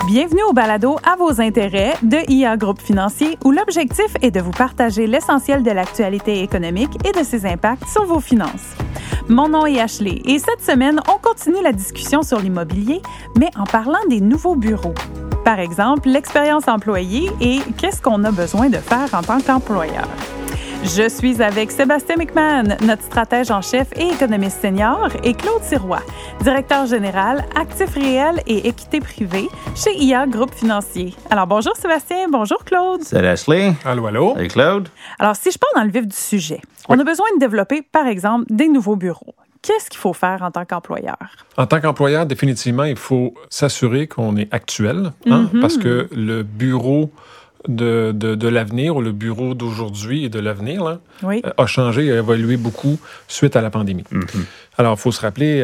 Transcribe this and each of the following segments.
Bienvenue au balado À vos intérêts de IA Groupe Financier, où l'objectif est de vous partager l'essentiel de l'actualité économique et de ses impacts sur vos finances. Mon nom est Ashley et cette semaine, on continue la discussion sur l'immobilier, mais en parlant des nouveaux bureaux. Par exemple, l'expérience employée et qu'est-ce qu'on a besoin de faire en tant qu'employeur. Je suis avec Sébastien McMahon, notre stratège en chef et économiste senior, et Claude Sirois, directeur général, actifs réels et équité privée chez IA Groupe Financier. Alors, bonjour Sébastien, bonjour Claude. Salut Ashley. Allô, allô. Salut Claude. Alors, si je pars dans le vif du sujet, on a besoin de développer, par exemple, des nouveaux bureaux. Qu'est-ce qu'il faut faire en tant qu'employeur? En tant qu'employeur, définitivement, il faut s'assurer qu'on est actuel, parce que le bureau de l'avenir ou le bureau d'aujourd'hui et de l'avenir là, a changé et a évolué beaucoup suite à la pandémie. Alors, il faut se rappeler,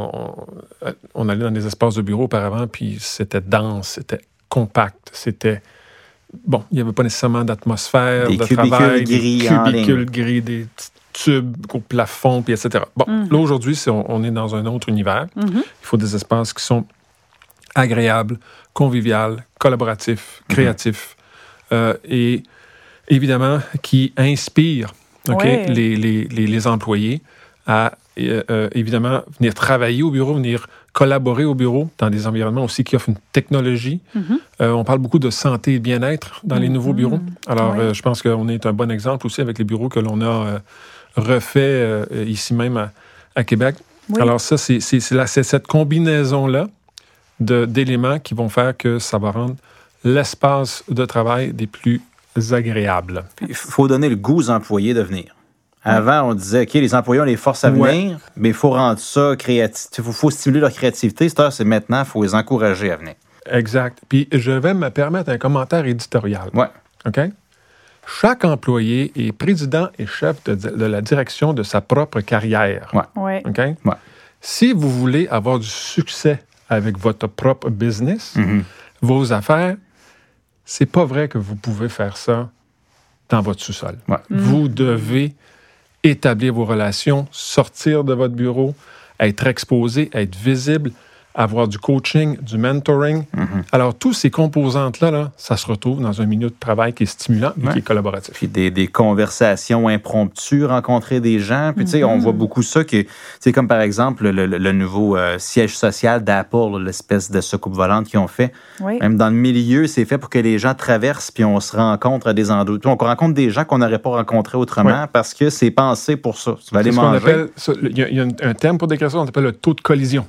on allait dans des espaces de bureau auparavant, puis c'était dense, c'était compact, c'était... Bon, il n'y avait pas nécessairement d'atmosphère de travail, des cubicules gris, des petits tubes au plafond, puis etc. Bon, là, aujourd'hui, on est dans un autre univers. Il faut des espaces qui sont agréables, conviviaux, collaboratifs, créatifs, et évidemment, qui inspirent les employés à, évidemment, venir travailler au bureau, venir collaborer au bureau dans des environnements aussi qui offrent une technologie. On parle beaucoup de santé et de bien-être dans les nouveaux bureaux. Alors, je pense qu'on est un bon exemple aussi avec les bureaux que l'on a refaits ici même à Québec. Alors ça, c'est cette combinaison-là d'éléments qui vont faire que ça va rendre l'espace de travail des plus agréables. Il faut donner le goût aux employés de venir. Avant, on disait, OK, les employés, on les force à venir, mais il faut rendre ça créatif. Il faut stimuler leur créativité. C'est maintenant, il faut les encourager à venir. Exact. Puis, je vais me permettre un commentaire éditorial. OK? Chaque employé est président et chef de la direction de sa propre carrière. OK? Si vous voulez avoir du succès avec votre propre business, vos affaires, c'est pas vrai que vous pouvez faire ça dans votre sous-sol. Vous devez établir vos relations, sortir de votre bureau, être exposé, être visible, avoir du coaching, du mentoring. Alors, tous ces composantes-là, ça se retrouve dans un milieu de travail qui est stimulant et qui est collaboratif. Puis des conversations impromptues, rencontrer des gens. Puis, tu sais, on voit beaucoup ça, c'est comme par exemple le nouveau siège social d'Apple, l'espèce de soucoupe volante qu'ils ont fait. Même dans le milieu, c'est fait pour que les gens traversent, puis on se rencontre à des endroits. Puis on rencontre des gens qu'on n'aurait pas rencontrés autrement parce que c'est pensé pour ça. Tu vas aller manger. Il y a un terme pour décrire ça, on appelle le taux de collision.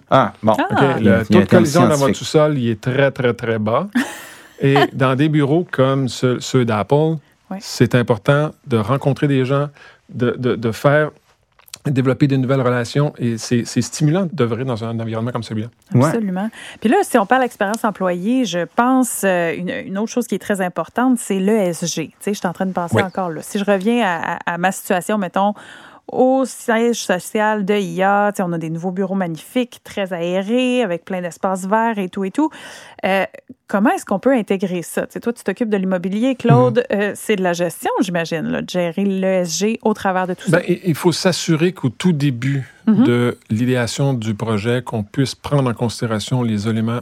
Le taux de collision dans votre sous-sol, il est très, très, très bas. Et dans des bureaux comme ceux d'Apple, c'est important de rencontrer des gens, de faire développer de nouvelles relations. Et c'est stimulant d'œuvrer dans un environnement comme celui-là. Absolument. Puis là, si on parle d'expérience employée, je pense une autre chose qui est très importante, c'est l'ESG. Tu sais, je suis en train de penser encore là. Si je reviens à ma situation, mettons, au siège social de IA, on a des nouveaux bureaux magnifiques, très aérés, avec plein d'espaces verts et tout et tout. Comment est-ce qu'on peut intégrer ça? T'sais, toi, tu t'occupes de l'immobilier, Claude. C'est de la gestion, j'imagine, là, de gérer l'ESG au travers de tout ça. Il faut s'assurer qu'au tout début de l'idéation du projet, qu'on puisse prendre en considération les éléments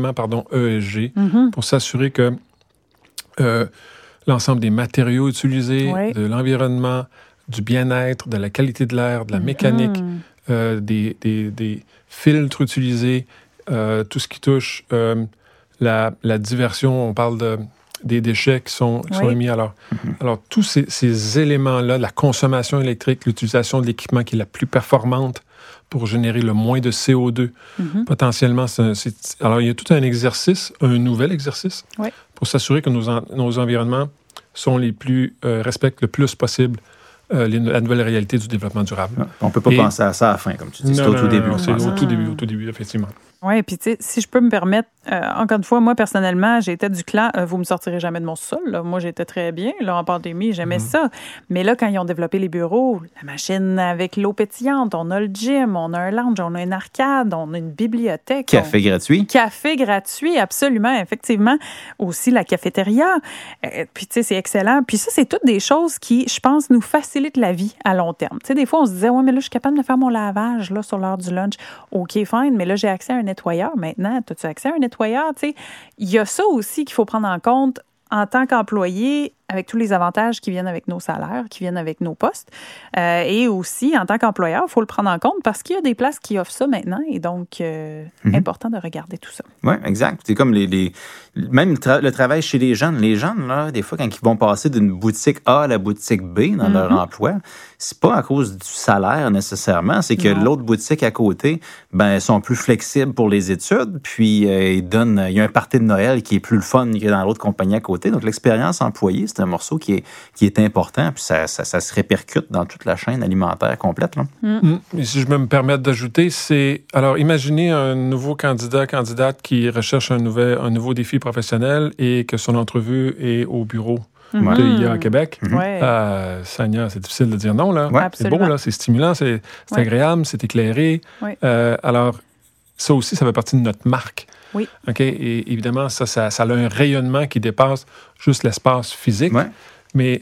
ESG pour s'assurer que l'ensemble des matériaux utilisés, de l'environnement, du bien-être, de la qualité de l'air, de la mécanique, des filtres utilisés, tout ce qui touche la diversion. On parle des déchets qui sont émis. Alors, tous ces éléments-là, la consommation électrique, l'utilisation de l'équipement qui est la plus performante pour générer le moins de CO2, potentiellement. Alors, il y a tout un exercice, un nouvel exercice, pour s'assurer que nos environnements sont les plus respectent le plus possible la nouvelle réalité du développement durable. On ne peut pas penser à ça à la fin, comme tu dis. C'est au tout début. C'est au tout début, effectivement. Oui, puis tu sais, si je peux me permettre, encore une fois, moi, personnellement, j'étais du clan, vous me sortirez jamais de mon sol. Là. Moi, j'étais très bien. Là, en pandémie, j'aimais ça. Mais là, quand ils ont développé les bureaux, la machine avec l'eau pétillante, on a le gym, on a un lounge, on a une arcade, on a une bibliothèque. Café gratuit. Café gratuit, absolument, effectivement. Aussi, la cafétéria. Puis, tu sais, c'est excellent. Puis ça, c'est toutes des choses qui, je pense, nous facilitent la vie à long terme. Tu sais, des fois, on se disait, ouais, mais là, je suis capable de faire mon lavage là, sur l'heure du lunch. OK, fine, mais là, j'ai accès à un nettoyeur maintenant? As-tu accès à un nettoyeur? Tu sais, il y a ça aussi qu'il faut prendre en compte en tant qu'employé, avec tous les avantages qui viennent avec nos salaires, qui viennent avec nos postes. Et aussi, en tant qu'employeur, il faut le prendre en compte parce qu'il y a des places qui offrent ça maintenant. Et donc, important de regarder tout ça. Oui, exact. C'est comme même le travail chez les jeunes. Les jeunes, là, des fois, quand ils vont passer d'une boutique A à la boutique B dans leur emploi, c'est pas à cause du salaire nécessairement. C'est que l'autre boutique à côté, sont plus flexibles pour les études. Puis, il y a un party de Noël qui est plus le fun que dans l'autre compagnie à côté. Donc, l'expérience employée, c'est un morceau qui est important, puis ça se répercute dans toute la chaîne alimentaire complète. Là. Et si je me permettre d'ajouter, alors imaginez un nouveau candidate qui recherche un nouveau défi professionnel et que son entrevue est au bureau de IA à Québec. Sanya, c'est difficile de dire non, là. Ouais, c'est beau, là, c'est stimulant, c'est agréable, c'est éclairé. Alors, ça aussi, ça fait partie de notre marque. Oui. OK? Et évidemment, ça a un rayonnement qui dépasse juste l'espace physique, mais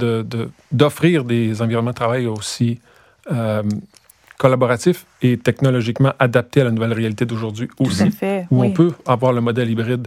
d'offrir des environnements de travail aussi collaboratifs et technologiquement adaptés à la nouvelle réalité d'aujourd'hui aussi, où on peut avoir le modèle hybride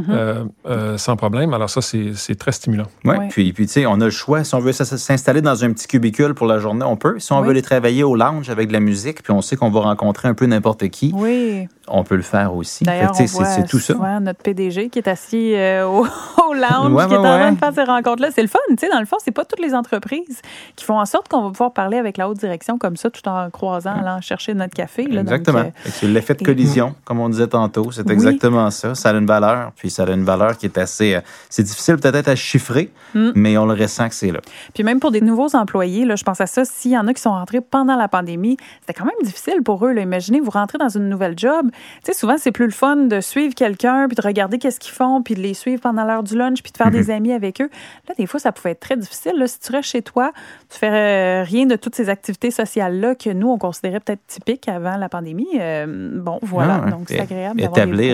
sans problème. Alors ça, c'est très stimulant. Oui, puis tu sais, on a le choix. Si on veut s'installer dans un petit cubicule pour la journée, on peut. Si on veut aller travailler au lounge avec de la musique, puis on sait qu'on va rencontrer un peu n'importe qui, on peut le faire aussi. D'ailleurs, on voit c'est tout souvent notre PDG qui est assis au lounge, qui est en train de faire ces rencontres-là. C'est le fun, tu sais. Dans le fond, c'est pas toutes les entreprises qui font en sorte qu'on va pouvoir parler avec la haute direction comme ça, tout en croisant, allant chercher notre café. Là, exactement. Donc, c'est l'effet de collision, comme on disait tantôt. C'est exactement ça. Ça a une valeur, puis ça a une valeur qui est assez... c'est difficile peut-être à chiffrer, mais on le ressent que c'est là. Puis même pour des nouveaux employés, là, je pense à ça, s'il y en a qui sont rentrés pendant la pandémie, c'était quand même difficile pour eux. Là. Imaginez, vous rentrez dans une nouvelle job. Tu sais, souvent, c'est plus le fun de suivre quelqu'un, puis de regarder qu'est-ce qu'ils font, puis de les suivre pendant l'heure du lunch, puis de faire des amis avec eux. Là, des fois, ça pouvait être très difficile. Là. Si tu restes chez toi, tu fais rien de toutes ces activités sociales-là que nous, on considérait peut-être typiques avant la pandémie. Voilà. Donc, c'est agréable établir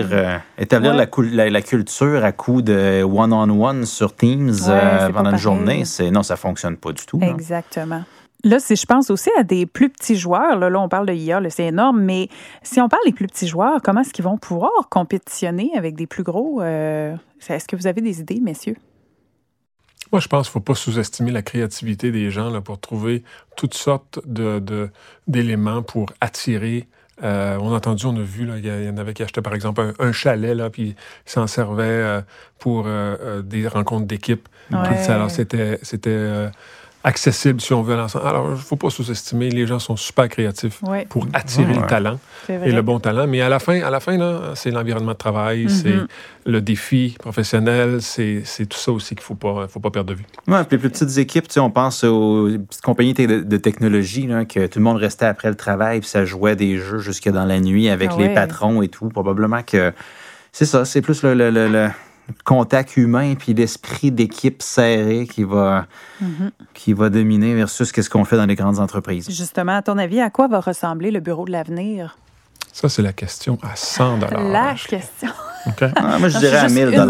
la culture à coup de one-on-one sur Teams pendant une journée, non, ça fonctionne pas du tout. Exactement. Là, si je pense aussi à des plus petits joueurs, là on parle de IA, là, c'est énorme, mais si on parle des plus petits joueurs, comment est-ce qu'ils vont pouvoir compétitionner avec des plus gros? Est-ce que vous avez des idées, messieurs? Moi, je pense qu'il ne faut pas sous-estimer la créativité des gens là, pour trouver toutes sortes d'éléments pour attirer. On a entendu, on a vu, il y en avait qui achetaient par exemple un chalet, là, puis ils s'en servaient pour des rencontres d'équipe. Alors, c'était accessible, si on veut, à l'ensemble. Alors, il ne faut pas sous-estimer. Les gens sont super créatifs pour attirer le talent et le bon talent. Mais à la fin là, c'est l'environnement de travail, c'est le défi professionnel, c'est tout ça aussi qu'il ne faut pas perdre de vue. Oui, puis les plus petites équipes, on pense aux petites compagnies de technologie, là, que tout le monde restait après le travail, puis ça jouait des jeux jusque dans la nuit avec les patrons et tout. Probablement que c'est ça, c'est plus le contact humain puis l'esprit d'équipe serré qui va dominer versus qu'est-ce qu'on fait dans les grandes entreprises. Justement, à ton avis, à quoi va ressembler le bureau de l'avenir? Ça, c'est la question à 100 $. La question. Okay. Moi, je dirais à 1 000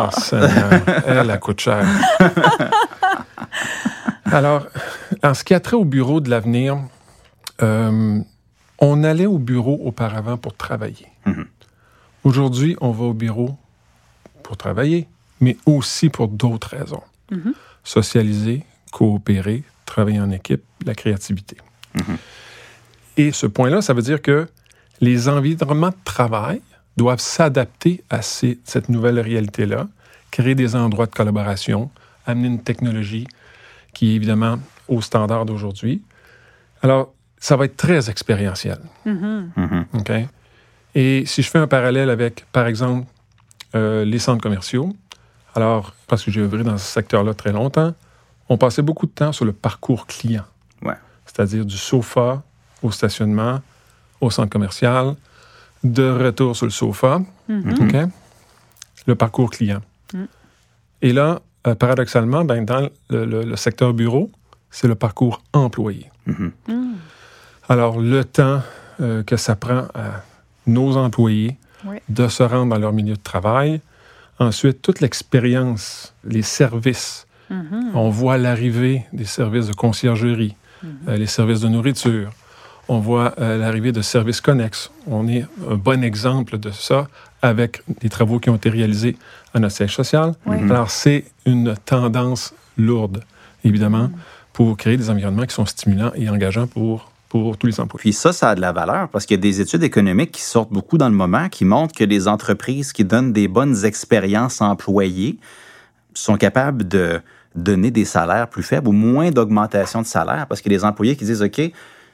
$. Elle coûte cher. Alors, en ce qui a trait au bureau de l'avenir, on allait au bureau auparavant pour travailler. Aujourd'hui, on va au bureau pour travailler, mais aussi pour d'autres raisons. Socialiser, coopérer, travailler en équipe, la créativité. Et ce point-là, ça veut dire que les environnements de travail doivent s'adapter à cette nouvelle réalité-là, créer des endroits de collaboration, amener une technologie qui est évidemment au standard d'aujourd'hui. Alors, ça va être très expérientiel. OK? Et si je fais un parallèle avec, par exemple, les centres commerciaux, alors, parce que j'ai œuvré dans ce secteur-là très longtemps, on passait beaucoup de temps sur le parcours client. C'est-à-dire du sofa au stationnement, au centre commercial, de retour sur le sofa. Okay? Le parcours client. Et là, paradoxalement, dans le secteur bureau, c'est le parcours employé. Alors, le temps que ça prend à nos employés de se rendre dans leur milieu de travail. Ensuite, toute l'expérience, les services. On voit l'arrivée des services de conciergerie, les services de nourriture. On voit l'arrivée de services connexes. On est un bon exemple de ça avec les travaux qui ont été réalisés à notre siège social. Oui. Alors, c'est une tendance lourde, évidemment, pour créer des environnements qui sont stimulants et engageants pour tous les employés. Puis ça a de la valeur parce qu'il y a des études économiques qui sortent beaucoup dans le moment qui montrent que les entreprises qui donnent des bonnes expériences employées sont capables de donner des salaires plus faibles ou moins d'augmentation de salaire parce qu'il y a des employés qui disent « OK,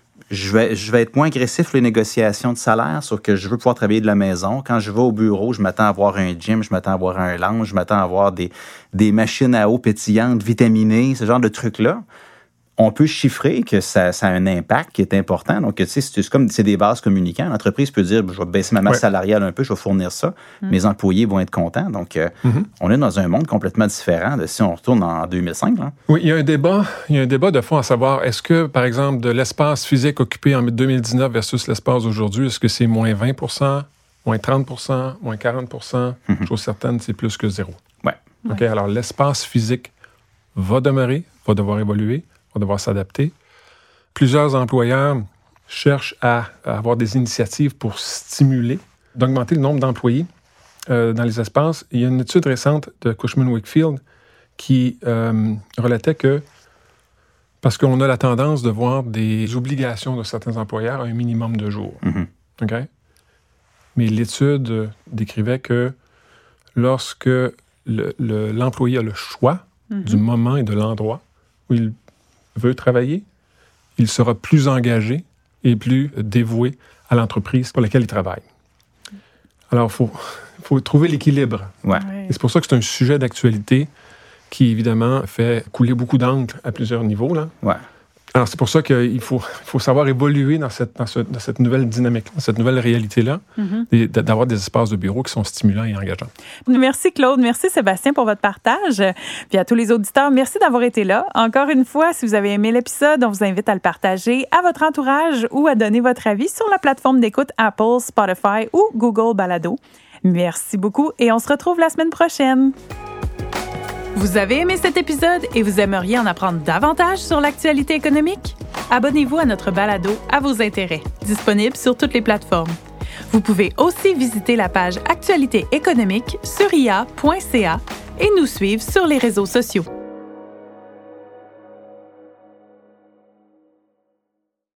je vais être moins agressif sur les négociations de salaire, sauf que je veux pouvoir travailler de la maison. Quand je vais au bureau, je m'attends à avoir un gym, je m'attends à avoir un lounge, je m'attends à avoir des machines à eau pétillantes, vitaminées, ce genre de trucs-là. » On peut chiffrer que ça a un impact qui est important. Donc, tu sais, c'est des bases communicants. L'entreprise peut dire, je vais baisser ma masse salariale un peu, je vais fournir ça. Mes employés vont être contents. Donc, on est dans un monde complètement différent de si on retourne en 2005. Là. Oui, il y a un débat de fond à savoir, est-ce que, par exemple, de l'espace physique occupé en 2019 versus l'espace d'aujourd'hui, est-ce que c'est moins 20 moins 30 moins 40 Chose certaine, c'est plus que zéro. Ouais. OK, alors l'espace physique va demeurer, va devoir évoluer, va devoir s'adapter. Plusieurs employeurs cherchent à avoir des initiatives pour stimuler, d'augmenter le nombre d'employés dans les espaces. Il y a une étude récente de Cushman & Wakefield qui relatait que, parce qu'on a la tendance de voir des obligations de certains employeurs à un minimum de jours. OK? Mais l'étude décrivait que lorsque l'employé a le choix du moment et de l'endroit où il veut travailler, il sera plus engagé et plus dévoué à l'entreprise pour laquelle il travaille. Alors, il faut trouver l'équilibre. Ouais. Et c'est pour ça que c'est un sujet d'actualité qui, évidemment, fait couler beaucoup d'encre à plusieurs niveaux. Là. Ouais. Alors, c'est pour ça qu'il faut savoir évoluer dans cette nouvelle dynamique, dans cette nouvelle réalité-là, et d'avoir des espaces de bureau qui sont stimulants et engageants. Merci Claude, merci Sébastien pour votre partage. Puis à tous les auditeurs, merci d'avoir été là. Encore une fois, si vous avez aimé l'épisode, on vous invite à le partager à votre entourage ou à donner votre avis sur la plateforme d'écoute Apple, Spotify ou Google Balado. Merci beaucoup et on se retrouve la semaine prochaine. Vous avez aimé cet épisode et vous aimeriez en apprendre davantage sur l'actualité économique? Abonnez-vous à notre balado À vos intérêts, disponible sur toutes les plateformes. Vous pouvez aussi visiter la page Actualité économique sur ia.ca et nous suivre sur les réseaux sociaux.